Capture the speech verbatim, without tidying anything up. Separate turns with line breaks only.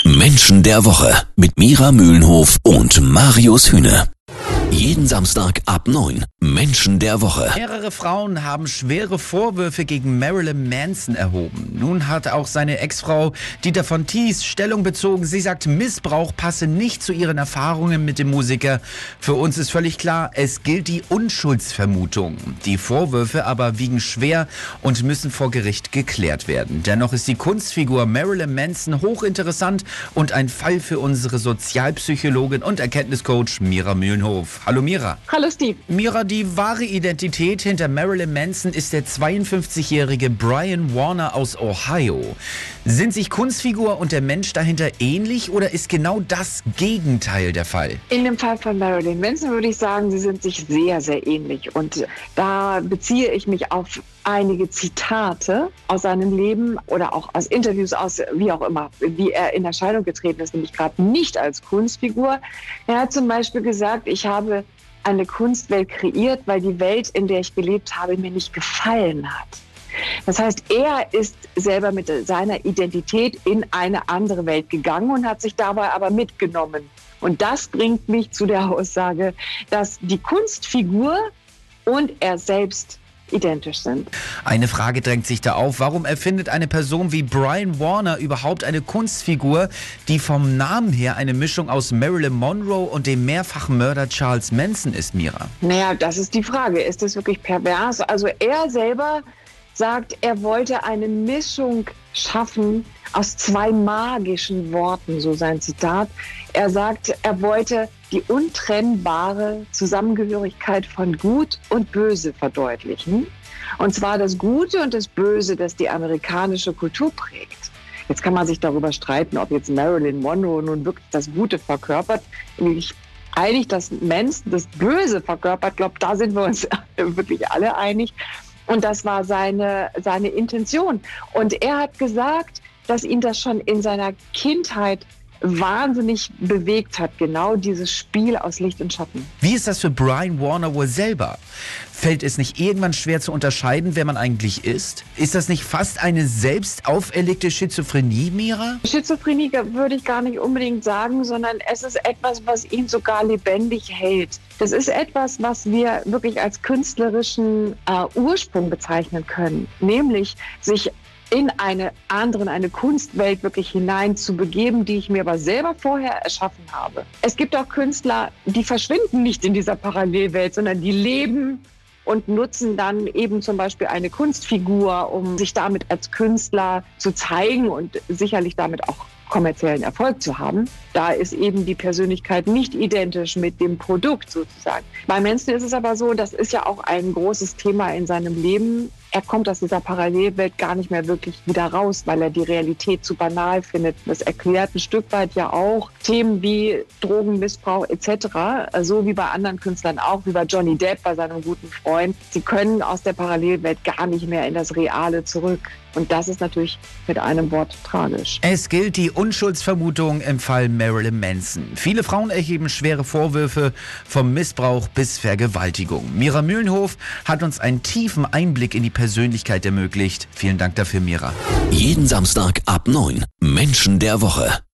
Menschen der Woche mit Mira Mühlenhof und Marius Hühne. Jeden Samstag ab neun. Menschen der Woche.
Mehrere Frauen haben schwere Vorwürfe gegen Marilyn Manson erhoben. Nun hat auch seine Ex-Frau Dita Von Teese Stellung bezogen. Sie sagt, Missbrauch passe nicht zu ihren Erfahrungen mit dem Musiker. Für uns ist völlig klar, es gilt die Unschuldsvermutung. Die Vorwürfe aber wiegen schwer und müssen vor Gericht geklärt werden. Dennoch ist die Kunstfigur Marilyn Manson hochinteressant und ein Fall für unsere Sozialpsychologin und Erkenntniscoach Mira Mühlenhof. Hallo Mira.
Hallo Steve.
Mira, die wahre Identität hinter Marilyn Manson ist der zweiundfünfzigjährige Brian Warner aus Ohio. Sind sich Kunstfigur und der Mensch dahinter ähnlich oder ist genau das Gegenteil der Fall?
In dem Fall von Marilyn Manson würde ich sagen, sie sind sich sehr, sehr ähnlich. Und da beziehe ich mich auf einige Zitate aus seinem Leben oder auch aus Interviews, aus wie auch immer, wie er in Erscheinung getreten ist, nämlich gerade nicht als Kunstfigur. Er hat zum Beispiel gesagt, ich habe eine Kunstwelt kreiert, weil die Welt, in der ich gelebt habe, mir nicht gefallen hat. Das heißt, er ist selber mit seiner Identität in eine andere Welt gegangen und hat sich dabei aber mitgenommen. Und das bringt mich zu der Aussage, dass die Kunstfigur und er selbst identisch sind.
Eine Frage drängt sich da auf. Warum erfindet eine Person wie Brian Warner überhaupt eine Kunstfigur, die vom Namen her eine Mischung aus Marilyn Monroe und dem mehrfachen Mörder Charles Manson ist, Mira?
Naja, das ist die Frage. Ist das wirklich pervers? Also er selber sagt, er wollte eine Mischung schaffen aus zwei magischen Worten, so sein Zitat. Er sagt, er wollte die untrennbare Zusammengehörigkeit von Gut und Böse verdeutlichen. Und zwar das Gute und das Böse, das die amerikanische Kultur prägt. Jetzt kann man sich darüber streiten, ob jetzt Marilyn Monroe nun wirklich das Gute verkörpert. Ich einig, dass Manson das Böse verkörpert. Ich glaube, da sind wir uns wirklich alle einig. Und das war seine, seine Intention. Und er hat gesagt, dass ihn das schon in seiner Kindheit wahnsinnig bewegt hat, genau dieses Spiel aus Licht und Schatten.
Wie ist das für Brian Warner wohl selber? Fällt es nicht irgendwann schwer zu unterscheiden, wer man eigentlich ist? Ist das nicht fast eine selbst auferlegte Schizophrenie, Mira?
Schizophrenie würde ich gar nicht unbedingt sagen, sondern es ist etwas, was ihn sogar lebendig hält. Das ist etwas, was wir wirklich als künstlerischen äh, Ursprung bezeichnen können, nämlich sich in eine andere, in eine Kunstwelt wirklich hinein zu begeben, die ich mir aber selber vorher erschaffen habe. Es gibt auch Künstler, die verschwinden nicht in dieser Parallelwelt, sondern die leben und nutzen dann eben zum Beispiel eine Kunstfigur, um sich damit als Künstler zu zeigen und sicherlich damit auch kommerziellen Erfolg zu haben. Da ist eben die Persönlichkeit nicht identisch mit dem Produkt sozusagen. Bei Manson ist es aber so, das ist ja auch ein großes Thema in seinem Leben. Er kommt aus dieser Parallelwelt gar nicht mehr wirklich wieder raus, weil er die Realität zu banal findet. Das erklärt ein Stück weit ja auch Themen wie Drogenmissbrauch et cetera. So wie bei anderen Künstlern auch, wie bei Johnny Depp, bei seinem guten Freund. Sie können aus der Parallelwelt gar nicht mehr in das Reale zurück. Und das ist natürlich mit einem Wort tragisch.
Es gilt die Unschuldsvermutung im Fall Marilyn Manson. Viele Frauen erheben schwere Vorwürfe vom Missbrauch bis Vergewaltigung. Mira Mühlenhof hat uns einen tiefen Einblick in die Persönlichkeit ermöglicht. Vielen Dank dafür, Mira.
Jeden Samstag ab neun. Menschen der Woche.